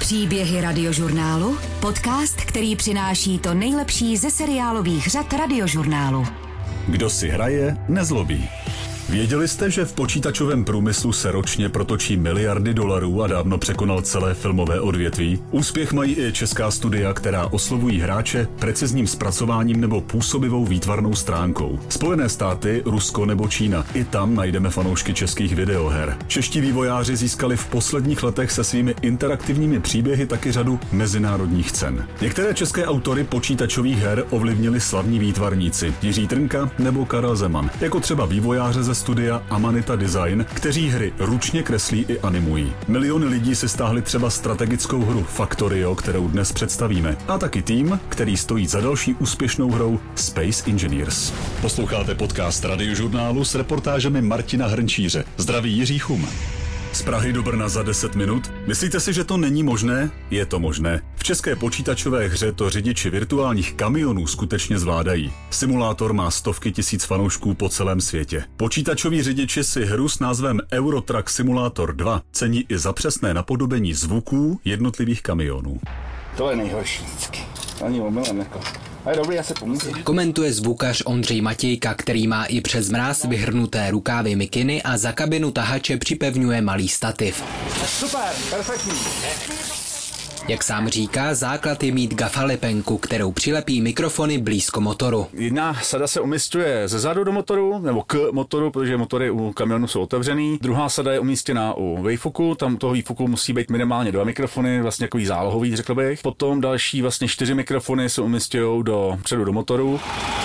Příběhy Radiožurnálu, podcast, který přináší to nejlepší ze seriálových řad Radiožurnálu. Kdo si hraje, nezlobí. Věděli jste, že v počítačovém průmyslu se ročně protočí miliardy dolarů a dávno překonal celé filmové odvětví? Úspěch mají i česká studia, která oslovují hráče precizním zpracováním nebo působivou výtvarnou stránkou. Spojené státy, Rusko nebo Čína. I tam najdeme fanoušky českých videoher. Čeští vývojáři získali v posledních letech se svými interaktivními příběhy taky řadu mezinárodních cen. Některé české autory počítačových her ovlivnili slavní výtvarníci Jiří Trnka nebo Karel Zeman, jako třeba vývojáře ze studia Amanita Design, kteří hry ručně kreslí i animují. Miliony lidí si stáhli třeba strategickou hru Factorio, kterou dnes představíme, a taky tým, který stojí za další úspěšnou hrou Space Engineers. Posloucháte podcast Radiožurnálu s reportážemi Martina Hrnčíře. Zdraví Jiří Chum. Z Prahy do Brna za 10 minut? Myslíte si, že to není možné? Je to možné. V české počítačové hře to řidiči virtuálních kamionů skutečně zvládají. Simulátor má stovky tisíc fanoušků po celém světě. Počítačoví řidiči si hru s názvem Euro Truck Simulator 2 cení i za přesné napodobení zvuků jednotlivých kamionů. To je nejhorší vždycky. Ani omylem jako. Ale dobrý, já se pomůžu. Komentuje zvukař Ondřej Matějka, který má i přes mráz vyhrnuté rukávy mikiny a za kabinu tahače připevňuje malý stativ. Super, perfektní. Jak sám říká, základ je mít gafalepenku, kterou přilepí mikrofony blízko motoru. Jedna sada se umísťuje ze zadu do motoru, nebo k motoru, protože motory u kamionu jsou otevřený. Druhá sada je umístěná u výfuku, tam toho výfuku musí být minimálně 2 mikrofony, vlastně takový zálohový, řekl bych. Potom další vlastně 4 mikrofony se umístějí předu do motoru.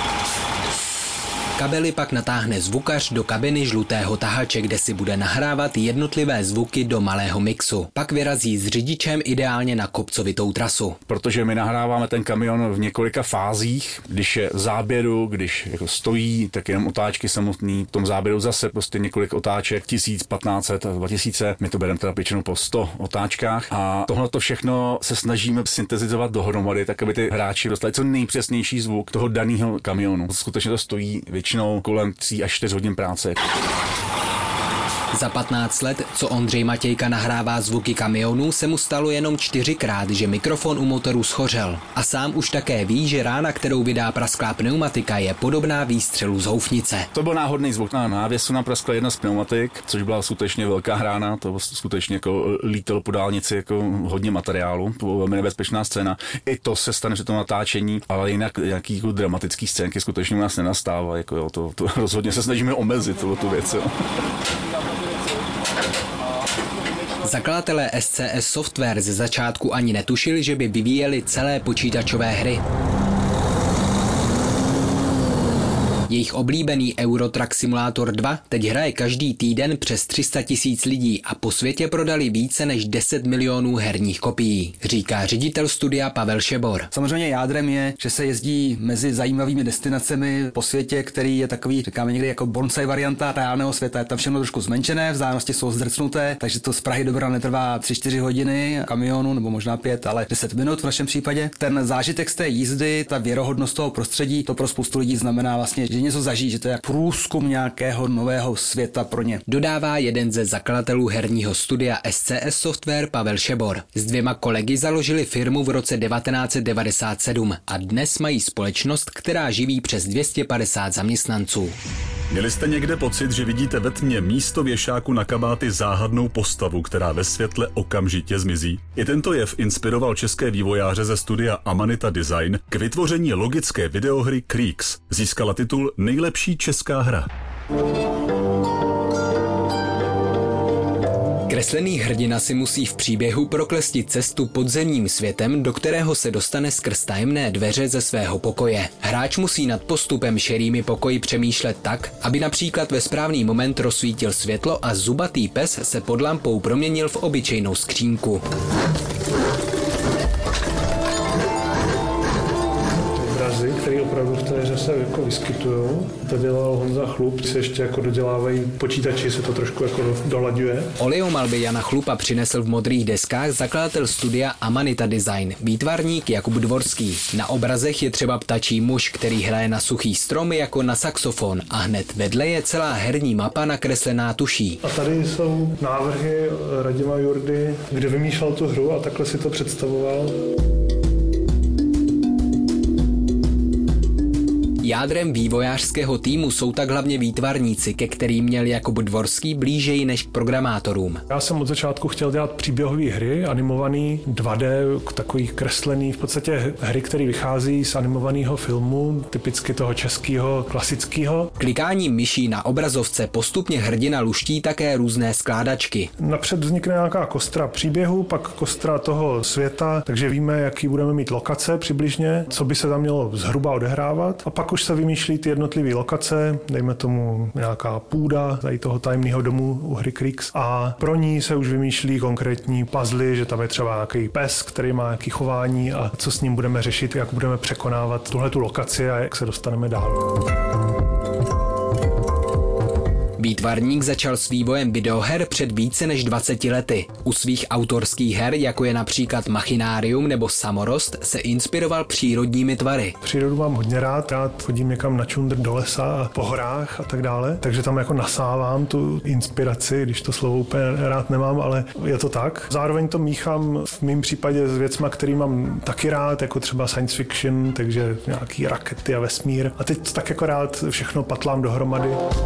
Kabely pak natáhne zvukař do kabiny žlutého tahače, kde si bude nahrávat jednotlivé zvuky do malého mixu. Pak vyrazí s řidičem ideálně na kopcovitou trasu. Protože my nahráváme ten kamion v několika fázích, když je v záběru, když jako stojí, tak jenom otáčky samotný, v tom záběru zase prostě několik otáček, 1000, 1500 a 2000, my to bereme teda většinou po 100 otáčkách a tohle to všechno se snažíme syntezizovat dohromady, tak aby ty hráči dostali co nejpřesnější zvuk toho daného kamionu. Skutečně to stojí většinou kolem 3 až 4 hodin práce. Za 15 let, co Ondřej Matějka nahrává zvuky kamionů, se mu stalo jenom 4krát, že mikrofon u motoru schořel. A sám už také ví, že rána, kterou vydá prasklá pneumatika, je podobná výstřelu z houfnice. To byl náhodný zvuk. Na návěsu nám praskla jedna z pneumatik, což byla skutečně velká rána, to skutečně jako lítalo po dálnici jako hodně materiálu, to byla velmi nebezpečná scéna. I to se stane při tom natáčení, ale jinak nějaký jako dramatický scénky skutečně u nás nenastává, jako jo, to rozhodně se snažíme omezit tu věc. Jo. Zakladatelé SCS Software ze začátku ani netušili, že by vyvíjeli celé počítačové hry. Jejich oblíbený Euro Truck Simulator 2 teď hraje každý týden přes 300 000 lidí a po světě prodali více než 10 milionů herních kopií, říká ředitel studia Pavel Šebor. Samozřejmě jádrem je, že se jezdí mezi zajímavými destinacemi po světě, který je takový, říkáme někdy jako bonsai varianta reálného světa. Je tam všechno trošku zmenšené, vzdálenosti jsou zdrcnuté, takže to z Prahy do Brna netrvá 3-4 hodiny kamionu, nebo možná 5, ale 10 minut v našem případě. Ten zážitek z té jízdy, ta věrohodnost toho prostředí, to pro spoustu lidí znamená vlastně, že něco zažijí, že to je průzkum nějakého nového světa pro ně. Dodává jeden ze zakladatelů herního studia SCS Software Pavel Šebor. S 2 kolegy založili firmu v roce 1997 a dnes mají společnost, která živí přes 250 zaměstnanců. Měli jste někde pocit, že vidíte ve tmě místo věšáku na kabáty záhadnou postavu, která ve světle okamžitě zmizí? I tento jev inspiroval české vývojáře ze studia Amanita Design k vytvoření logické videohry Creaks. Získala titul Nejlepší česká hra. Kreslený hrdina si musí v příběhu proklestit cestu podzemním světem, do kterého se dostane skrz tajemné dveře ze svého pokoje. Hráč musí nad postupem šerými pokoji přemýšlet tak, aby například ve správný moment rozsvítil světlo a zubatý pes se pod lampou proměnil v obyčejnou skřínku. které opravdu v té hře se jako vyskytují. To dělal Honza Chlup, se ještě jako dodělávají počítači, se to trošku jako dolaďuje. Oleomalby Jana Chlupa přinesl v Modrých deskách zakladatel studia Amanita Design, výtvarník Jakub Dvorský. Na obrazech je třeba ptačí muž, který hraje na suchý strom jako na saxofon a hned vedle je celá herní mapa nakreslená tuší. A tady jsou návrhy Radima Jurdy, kde vymýšlel tu hru a takhle si to představoval. Jádrem vývojářského týmu jsou tak hlavně výtvarníci, ke kterým měl Jakub Dvorský blížeji než k programátorům. Já jsem od začátku chtěl dělat příběhové hry, animovaný 2D, takových kreslený, v podstatě hry, které vychází z animovaného filmu, typicky toho českého, klasického. Klikáním myší na obrazovce postupně hrdina luští také různé skládačky. Napřed vznikne nějaká kostra příběhu, pak kostra toho světa, takže víme, jaký budeme mít lokace přibližně, co by se tam mělo zhruba odehrávat. A pak už se vymýšlí ty jednotlivé lokace, dejme tomu nějaká půda tady toho tajemného domu u hry Krix a pro ní se už vymýšlí konkrétní puzzle, že tam je třeba nějaký pes, který má nějaké chování a co s ním budeme řešit, jak budeme překonávat tuhletu lokaci a jak se dostaneme dál. Výtvarník začal s vývojem videoher před více než 20 lety. U svých autorských her, jako je například Machinarium nebo Samorost, se inspiroval přírodními tvary. Přírodu mám hodně rád chodím někam na čundr do lesa a po horách a tak dále, takže tam jako nasávám tu inspiraci, když to slovo úplně rád nemám, ale je to tak. Zároveň to míchám v mém případě s věcma, který mám taky rád, jako třeba science fiction, takže nějaký rakety a vesmír. A teď tak jako rád všechno patlám dohromady.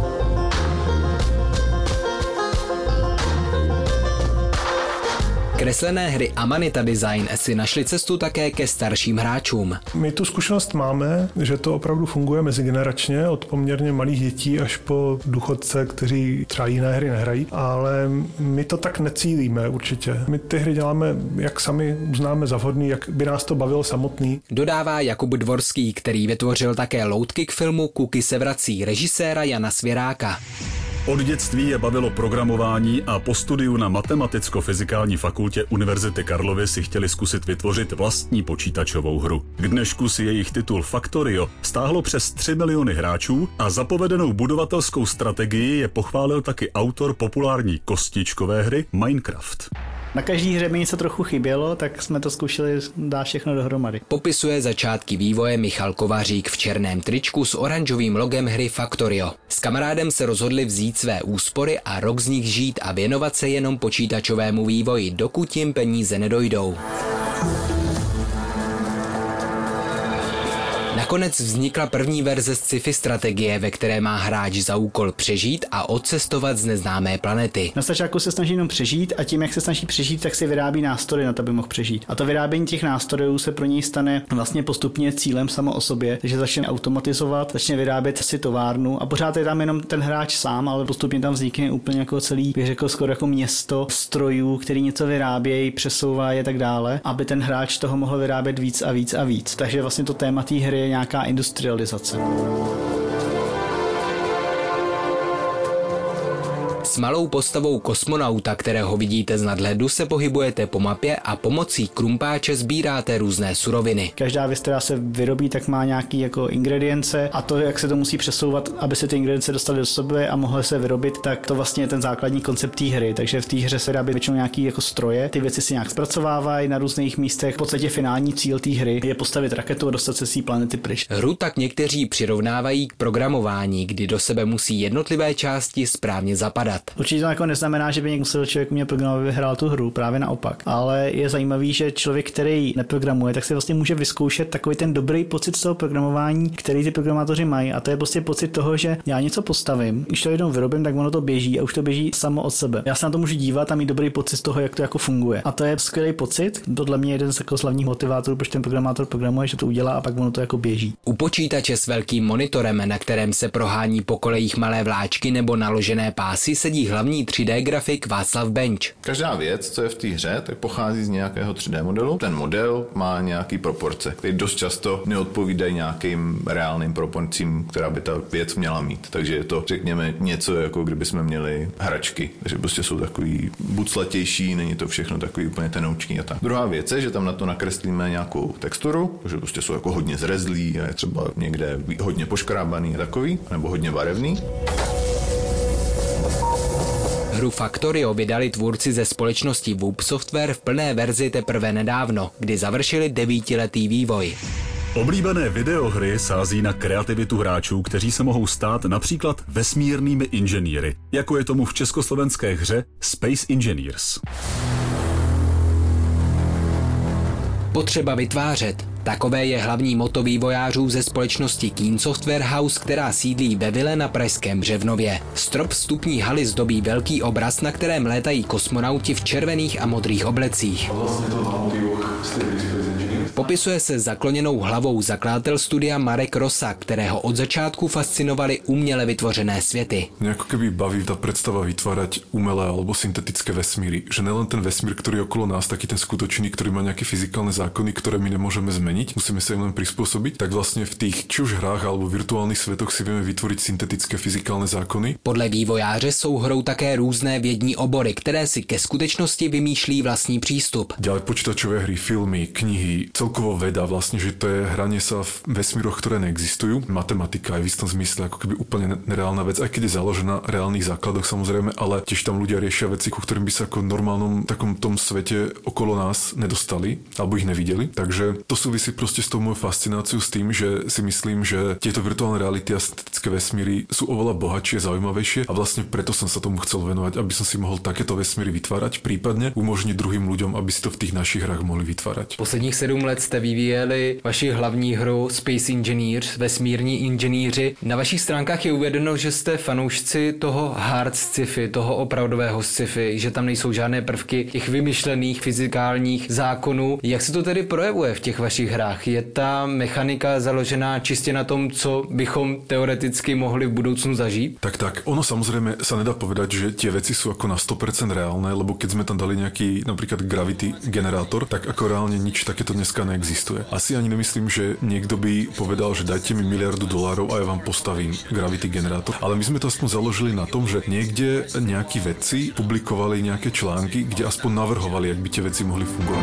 Kreslené hry Amanita Design si našly cestu také ke starším hráčům. My tu zkušenost máme, že to opravdu funguje mezigeneračně, od poměrně malých dětí až po důchodce, kteří třeba jiné hry nehrají, ale my to tak necílíme určitě. My ty hry děláme, jak sami uznáme za vhodný, jak by nás to bavilo samotný. Dodává Jakub Dvorský, který vytvořil také loutky k filmu Kuky se vrací režiséra Jana Svěráka. Od dětství je bavilo programování a po studiu na Matematicko-fyzikální fakultě Univerzity Karlovy si chtěli zkusit vytvořit vlastní počítačovou hru. K dnešku si jejich titul Factorio stáhlo přes 3 miliony hráčů a za povedenou budovatelskou strategii je pochválil taky autor populární kostičkové hry Minecraft. Na každý hře mi něco trochu chybělo, tak jsme to zkoušeli dát všechno dohromady. Popisuje začátky vývoje Michal Kovařík v černém tričku s oranžovým logem hry Factorio. S kamarádem se rozhodli vzít své úspory a rok z nich žít a věnovat se jenom počítačovému vývoji, dokud jim peníze nedojdou. Nakonec vznikla první verze sci-fi strategie, ve které má hráč za úkol přežít a odcestovat z neznámé planety. Na začátku se snaží jenom přežít a tím, jak se snaží přežít, tak si vyrábí nástroje na to, aby mohl přežít. A to vyrábění těch nástrojů se pro něj stane vlastně postupně cílem samo o sobě, takže začne automatizovat, začne vyrábět si továrnu a pořád je tam jenom ten hráč sám, ale postupně tam vznikne úplně jako celý, bych řekl, skoro jako město strojů, který něco vyrábějí, přesouvají a tak dále, aby ten hráč toho mohl vyrábět víc a víc a víc. Takže vlastně to téma té hry je nějaká industrializace. S malou postavou kosmonauta, kterého vidíte z nadhledu, se pohybujete po mapě a pomocí krumpáče sbíráte různé suroviny. Každá věc, která se vyrobí, tak má nějaký jako ingredience a to, jak se to musí přesouvat, aby se ty ingredience dostaly do sebe a mohly se vyrobit, tak to vlastně je ten základní koncept té hry. Takže v té hře se vyrábí většinou nějaký jako stroje, ty věci si nějak zpracovávají na různých místech. V podstatě finální cíl té hry je postavit raketu a dostat se z té planety pryč. Hru tak někteří přirovnávají k programování, kdy do sebe musí jednotlivé části správně zapadat. Určitě to jako neznamená, že by někdo musel člověk umět programovat, aby vyhrál tu hru, právě naopak. Ale je zajímavý, že člověk, který neprogramuje, tak si vlastně může vyzkoušet takový ten dobrý pocit z toho programování, který ty programátoři mají. A to je prostě pocit toho, že já něco postavím, když to jednou vyrobím, tak ono to běží a už to běží samo od sebe. Já se na to můžu dívat a mít dobrý pocit z toho, jak to jako funguje. A to je skvělý pocit. Podle mě jeden z jako hlavních motivátorů, proč ten programátor programuje, že to udělá a pak ono to jako běží. U počítače s velkým monitorem, na kterém se prohání po kolejích malé vláčky nebo naložené pásy, sedí uvádí hlavní 3D grafik Václav Benč. Každá věc, co je v té hře, tak pochází z nějakého 3D modelu. Ten model má nějaký proporce, které dost často neodpovídají nějakým reálným proporcím, která by ta věc měla mít. Takže je to, řekněme, něco jako kdyby jsme měli hračky, že prostě jsou takový buď slatější, není to všechno takový úplně tenoučný a tak. Druhá věc je, že tam na to nakreslíme nějakou texturu, že prostě jsou jako hodně zrezlý a je třeba někde hodně poškrábaný a takový, nebo hodně barevný. Hru Factorio vydali tvůrci ze společnosti Whoop Software v plné verzi teprve nedávno, kdy završili 9letý vývoj. Oblíbené videohry sází na kreativitu hráčů, kteří se mohou stát například vesmírnými inženýry, jako je tomu v československé hře Space Engineers. Potřeba vytvářet. Takové je hlavní motto vývojářů ze společnosti Keen Software House, která sídlí ve vile na pražském Břevnově. Strop vstupní haly zdobí velký obraz, na kterém létají kosmonauti v červených a modrých oblecích. Popisuje se zakloněnou hlavou zakladatel studia Marek Rosa, kterého od začátku fascinovaly uměle vytvořené světy. Mňa ako keby baví tá predstava vytvárať umelé alebo syntetické vesmíry. Že nelen ten vesmír, ktorý je okolo nás, taký ten skutočný, ktorý má nejaké fyzikálne zákony, ktoré my nemôžeme zmeniť, musíme sa im len prispôsobiť, tak vlastne v tých či už hrách alebo virtuálnych svetoch si vieme vytvoriť syntetické fyzikálne zákony. Podle vývojáře jsou hrou také různé vědní obory, které si ke skutečnosti vymýšlí vlastní přístup. Ďalej počítačové hry, filmy, knihy, celkovo veda vlastne, že to je hranie sa v vesmíroch, ktoré neexistujú. Matematika je v istom zmysle ako keby úplne nereálna vec, aj keď je založená na reálnych základoch samozrejme, ale tiež tam ľudia riešia veci, ku ktorým by sa ako v normálnom takom tom svete okolo nás nedostali alebo ich nevideli. Takže to súvisí proste s tou mojou fascináciou s tým, že si myslím, že tieto virtuálne reality a syntetické vesmíry sú oveľa bohatšie, zaujímavejšie a vlastne preto som sa tomu chcel venovať, aby som si mohol takéto vesmíry vytvárať, prípadne umožniť druhým ľuďom, aby si to v tých našich hrách mohli vytvárať. Posledních 7 let jste vyvíjeli vaši hlavní hru Space Engineers, vesmírní inženýři. Na vašich stránkách je uvedeno, že jste fanoušci toho hard sci-fi, toho opravdového sci-fi, že tam nejsou žádné prvky těch vymyšlených fyzikálních zákonů. Jak se to tedy projevuje v těch vašich hrách? Je ta mechanika založená čistě na tom, co bychom teoreticky mohli v budoucnu zažít? Tak, ono samozrejme sa nedá povedať, že tie veci sú ako na 100% reálne, lebo keď sme tam dali nejaký napríklad gravity generátor, tak ako reálne nič takéto dneska neexistuje. Asi ani nemyslím, že niekto by povedal, že dajte mi $1 miliard a ja vám postavím gravity generátor. Ale my sme to aspoň založili na tom, že niekde nejakí vedci publikovali nejaké články, kde aspoň navrhovali, jak by tie veci mohli fungovať.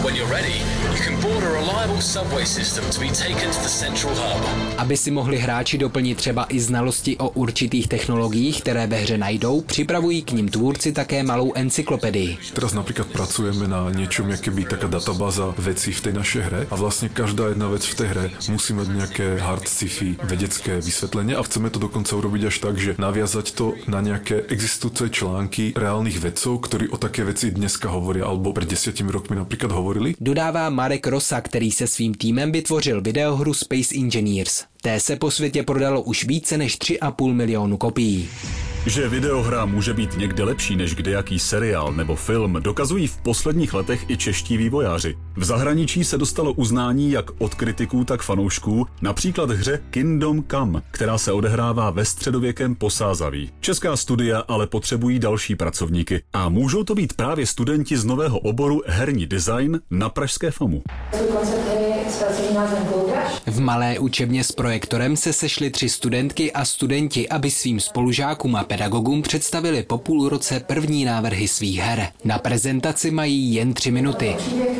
Aby si mohli hráči doplnit třeba i znalosti o určitých technologiích, které ve hře najdou, připravují k nim tvůrci také malou encyklopedii. Teraz napríklad pracujeme na niečom, jaké by taká databáza vecí v tej našej hre a vlastne každá jedna vec v tej hre musí mať nejaké hard sci-fi vedecké vysvetlenie a chceme to dokonca urobiť až tak, že naviazať to na nejaké existujúce články reálnych vedcov, ktorí o také veci dneska hovoria alebo pred 10 rokmi napríklad hovorili. Dodává Marek Rosa, který se svým týmem vytvořil videohru Space Engineers. Té se po světě prodalo už více než 3,5 milionu kopií. Že videohra může být někde lepší než kdejaký seriál nebo film, dokazují v posledních letech i čeští vývojáři. V zahraničí se dostalo uznání jak od kritiků, tak fanoušků, například hře Kingdom Come, která se odehrává ve středověkém Posázaví. Česká studia ale potřebují další pracovníky a můžou to být právě studenti z nového oboru herní design na pražské FAMu. V malé učebně s projektorem se sešly 3 studentky a studenti, aby svým spolužákům a pedagogům představili po půl roce první návrhy svých her. Na prezentaci mají jen 3 minuty.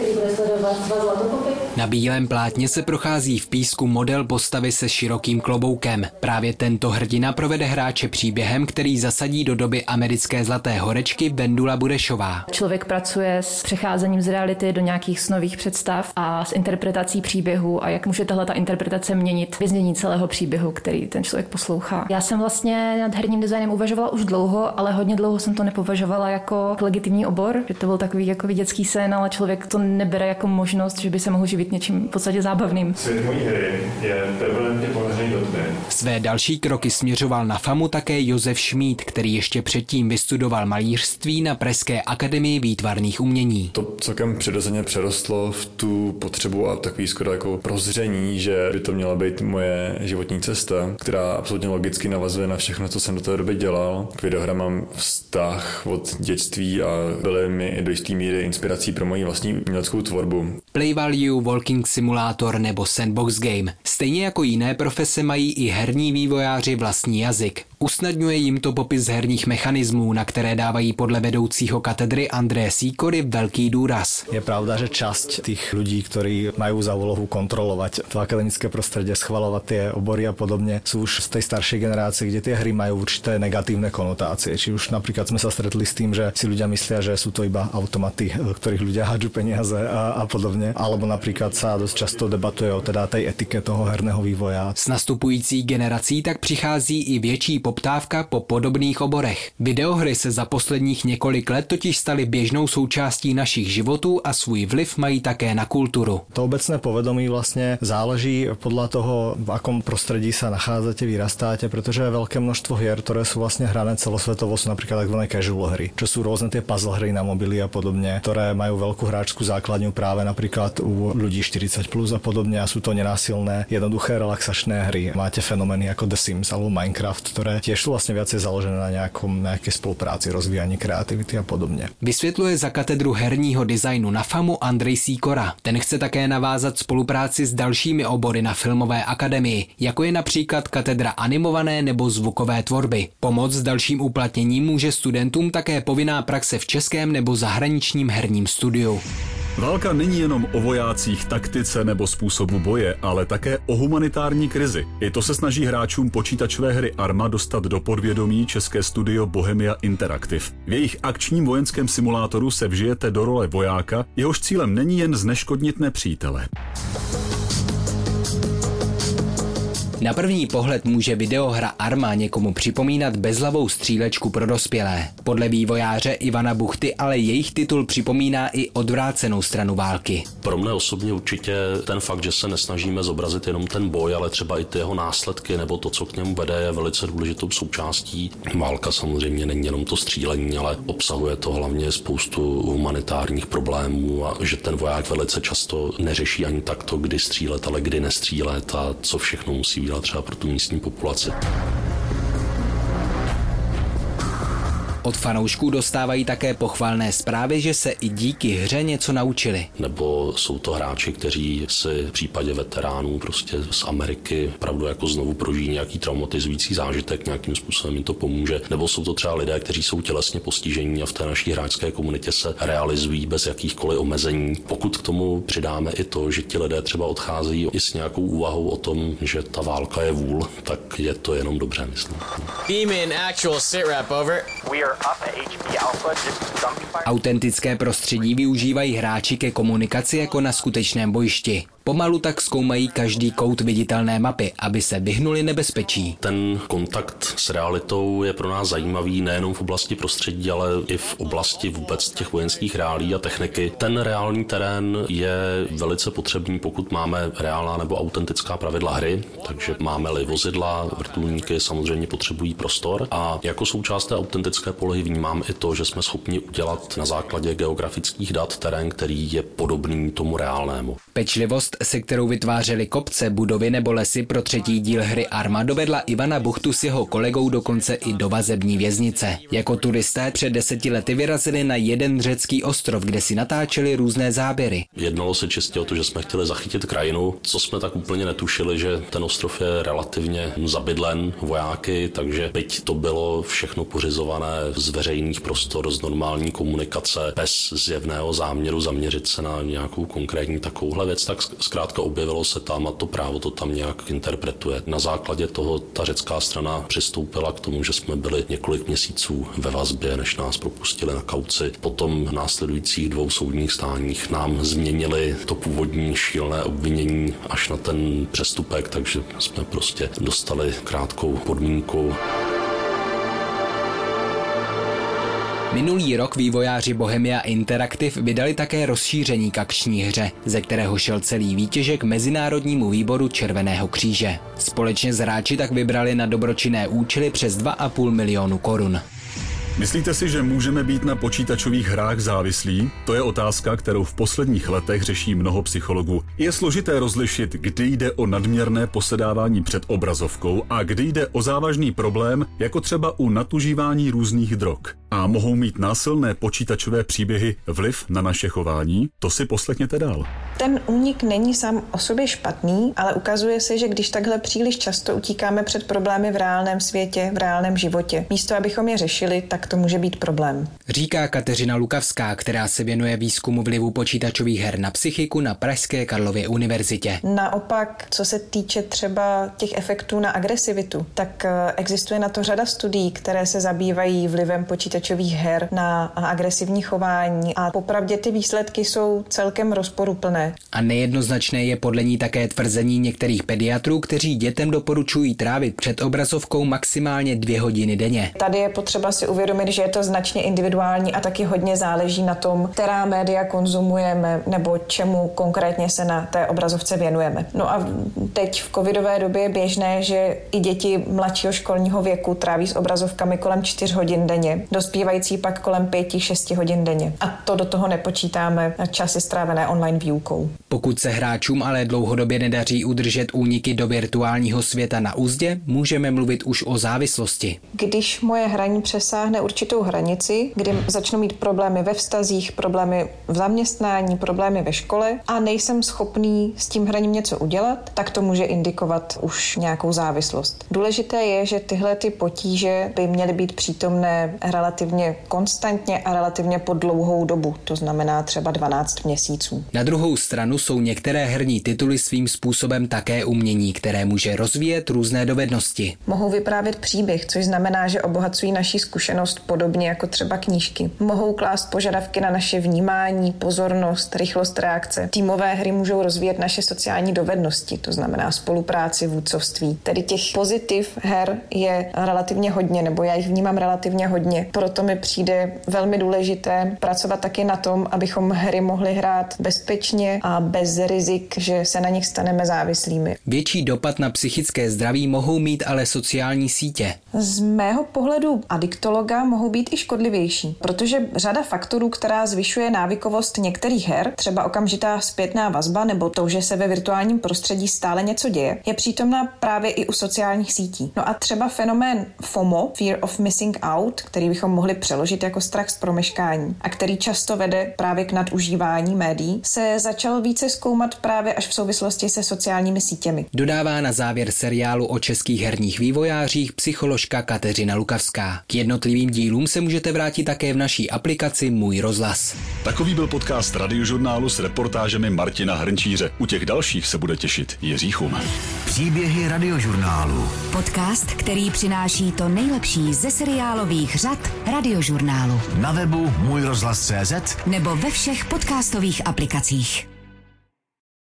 Na bílém plátně se prochází v písku model postavy se širokým kloboukem. Právě tento hrdina provede hráče příběhem, který zasadí do doby americké zlaté horečky Bendula Budešová. Člověk pracuje s přecházením z reality do nějakých snových představ a s interpretací příběhu a jak může tahle ta interpretace měnit vyznění celého příběhu, který ten člověk poslouchá. Já jsem vlastně nad herním designem uvažovala už dlouho, ale hodně dlouho jsem to nepovažovala jako legitimní obor, že to byl takový jako dětský sen, ale člověk to nebere jako možnost, že by se mohl živit něčím v podstatě zábavným. Svět mojí hry je permanentně ponořený do tmy. Své další kroky směřoval na FAMu také Josef Šmíd, který ještě předtím vystudoval malířství na Pražské akademii výtvarných umění. To celkem přirozeně přerostlo v tu potřebu a takový skoro jako prozření, že by to měla být moje životní cesta, která absolutně logicky navazuje na všechno, co jsem do té doby dělal. K videohrám mám vztah od dětství a byly mi i do jisté míry inspirací pro moji vlastní uměleckou tvorbu. Play Value, Walking Simulator nebo Sandbox Game. Stejně jako jiné profese mají i herní vývojáři vlastní jazyk. Usnadňuje jim to popis herních mechanismů, na které dávají podle vedoucího katedry Andreje Sýkory velký důraz. Je pravda, že časť tých ľudí, ktorí majú za úlohu kontrolovať to akademické prostredie, schvaľovať tie obory a podobne, sú už z tej staršej generácie, kde tie hry majú určité negatívne konotácie. Či už napríklad sme sa stretli s tým, že si ľudia myslia, že sú to iba automaty, ktorých ľudia hádžu peniaze a podobne. Alebo napríklad sa dosť často debatuje o teda tej etike toho herného vývoja. S nastupující generací tak přichází i větší poptávka po podobných oborech. Videohry se za posledních několik let totiž staly běžnou součástí našich životů a svůj vliv mají také na kulturu. To obecné povedomí vlastne záleží podľa toho, v akom prostredí sa nachádzate, vyrastáte, pretože je veľké množstvo hier, ktoré sú vlastne hrané celosvetovo, sú napríklad tzv. Casual hry, čo sú rôzne tie puzzle hry na mobily a podobne, ktoré majú veľkú hráčskú základňu práve napríklad u ľudí 40+ a podobne a sú to nenásilné, jednoduché relaxačné hry. Máte fenomény ako The Sims alebo Minecraft, ktoré tiež sú vlastne viacej založené na nejakej spolupráci, rozvíjaní kreativity a podobne. Vysvětluje za katedru herního designu na FAMu Andrej Sýkora. Ten chce také navázat spolupráci s dalšími obory na filmové akademii, jako je například katedra animované nebo zvukové tvorby. Pomoc s dalším uplatněním může studentům také povinná praxe v českém nebo zahraničním herním studiu. Válka není jenom o vojácích, taktice nebo způsobu boje, ale také o humanitární krizi. I to se snaží hráčům počítačové hry Arma dostat do podvědomí české studio Bohemia Interactive. V jejich akčním vojenském simulátoru se vžijete do role vojáka, jehož cílem není jen zneškodnit nepřítele. Na první pohled může videohra Arma někomu připomínat bezhlavou střílečku pro dospělé. Podle vývojáře Ivana Buchty ale jejich titul připomíná i odvrácenou stranu války. Pro mne osobně určitě ten fakt, že se nesnažíme zobrazit jenom ten boj, ale třeba i ty jeho následky nebo to, co k němu vede, je velice důležitou součástí. Válka samozřejmě není jenom to střílení, ale obsahuje to hlavně spoustu humanitárních problémů a že ten voják velice často neřeší ani tak to, kdy střílet, ale kdy nestřílet a co všechno musí třeba pro tu místní populaci. Od fanoušků dostávají také pochvalné zprávy, že se i díky hře něco naučili. Nebo jsou to hráči, kteří si v případě veteránů prostě z Ameriky opravdu jako znovu prožijí nějaký traumatizující zážitek, nějakým způsobem jim to pomůže. Nebo jsou to třeba lidé, kteří jsou tělesně postižení a v té naší hráčské komunitě se realizují bez jakýchkoliv omezení. Pokud k tomu přidáme i to, že ti lidé třeba odcházejí i s nějakou úvahou o tom, že ta válka je vůl, tak je to jenom dobře, myslím. Beam in actual sit rep over. Autentické prostředí využívají hráči ke komunikaci jako na skutečném bojišti. Pomalu tak zkoumají každý kout viditelné mapy, aby se vyhnuli nebezpečí. Ten kontakt s realitou je pro nás zajímavý nejenom v oblasti prostředí, ale i v oblasti vůbec těch vojenských reálí a techniky. Ten reálný terén je velice potřebný, pokud máme reálná nebo autentická pravidla hry, takže máme-li vozidla, vrtulníky samozřejmě potřebují prostor a jako součást té autentické polohy vnímám i to, že jsme schopni udělat na základě geografických dat terén, který je podobný tomu reálnému. Pečlivost, se kterou vytvářeli kopce, budovy nebo lesy pro třetí díl hry Arma, dovedla Ivana Buchtu s jeho kolegou dokonce i do vazební věznice. Jako turisté před 10 lety vyrazili na jeden řecký ostrov, kde si natáčeli různé záběry. Jednalo se čistě o to, že jsme chtěli zachytit krajinu, co jsme tak úplně netušili, že ten ostrov je relativně zabydlen vojáky, takže byť to bylo všechno pořizované z veřejných prostor, z normální komunikace, bez zjevného záměru zaměřit se na nějakou konkrétní takovouhle věc, tak zkrátka objevilo se tam a to právo to tam nějak interpretuje. Na základě toho ta řecká strana přistoupila k tomu, že jsme byli několik měsíců ve vazbě, než nás propustili na kauci. Potom v následujících 2 soudních stáních nám změnili to původní šílené obvinění až na ten přestupek, takže jsme prostě dostali krátkou podmínku. Minulý rok vývojáři Bohemia Interactive vydali také rozšíření k akční hře, ze kterého šel celý výtěžek Mezinárodnímu výboru Červeného kříže. Společně s hráči tak vybrali na dobročinné účely přes 2,5 milionu korun. Myslíte si, že můžeme být na počítačových hrách závislí? To je otázka, kterou v posledních letech řeší mnoho psychologů. Je složité rozlišit, kdy jde o nadměrné posedávání před obrazovkou a kdy jde o závažný problém, jako třeba u nadužívání různých drog. A mohou mít násilné počítačové příběhy vliv na naše chování? To si poslechněte dál. Ten únik není sám o sobě špatný, ale ukazuje se, že když takhle příliš často utíkáme před problémy v reálném světě, v reálném životě, místo abychom je řešili, tak to může být problém. Říká Kateřina Lukavská, která se věnuje výzkumu vlivu počítačových her na psychiku na Pražské Karlově univerzitě. Naopak, co se týče třeba těch efektů na agresivitu, tak existuje na to řada studií, které se zabývají vlivem počítačových her na agresivní chování a popravdě ty výsledky jsou celkem rozporuplné. A nejednoznačné je podle ní také tvrzení některých pediatrů, kteří dětem doporučují trávit před obrazovkou maximálně 2 hodiny denně. Tady je potřeba si uvědomit, že je to značně individuální a taky hodně záleží na tom, která média konzumujeme nebo čemu konkrétně se na té obrazovce věnujeme. No a teď v covidové době je běžné, že i děti mladšího školního věku tráví s obrazovkami kolem 4 hodin denně, dospívající pak kolem 5-6 hodin denně. A to do toho nepočítáme časy strávené online výukou. Pokud se hráčům ale dlouhodobě nedaří udržet úniky do virtuálního světa na uzdě, můžeme mluvit už o závislosti. Když moje hraní přesáhne určitou hranici, kdy začnu mít problémy ve vztazích, problémy v zaměstnání, problémy ve škole a nejsem schopný s tím hraním něco udělat, tak to může indikovat už nějakou závislost. Důležité je, že tyhle ty potíže by měly být přítomné relativně konstantně a relativně po dlouhou dobu, to znamená třeba 12 měsíců. Na druhou stranu jsou některé herní tituly svým způsobem také umění, které může rozvíjet různé dovednosti. Mohou vyprávět příběh, což znamená, že obohacují naši zkušenost podobně jako třeba knížky. Mohou klást požadavky na naše vnímání, pozornost, rychlost reakce. Týmové hry můžou rozvíjet naše sociální dovednosti, to znamená spolupráci, vůdcovství. Tedy těch pozitiv her je relativně hodně, nebo já jich vnímám relativně hodně. Proto mi přijde velmi důležité pracovat taky na tom, abychom hry mohli hrát bezpečně a bez rizik, že se na nich staneme závislými. Větší dopad na psychické zdraví mohou mít ale sociální sítě. Z mého pohledu adiktologa mohou být i škodlivější, protože řada faktorů, která zvyšuje návykovost některých her, třeba okamžitá zpětná vazba nebo to, že se ve virtuálním prostředí stále něco děje, je přítomná právě i u sociálních sítí. No a třeba fenomén FOMO, Fear of Missing Out, který bychom mohli přeložit jako strach z promeškání a který často vede právě k nadužívání médií, se začal více zkoumat právě až v souvislosti se sociálními sítěmi. Dodává na závěr seriálu o českých herních vývojářích psycholožka Kateřina Lukavská. K jednotlivým dílům se můžete vrátit také v naší aplikaci Můj rozhlas. Takový byl podcast Radiožurnálu s reportážemi Martina Hrnčíře. U těch dalších se bude těšit Jiří Chum. Příběhy Radiožurnálu. Podcast, který přináší to nejlepší ze seriálových řad Radiožurnálu. Na webu můjrozhlas.cz nebo ve všech podcastových aplikacích.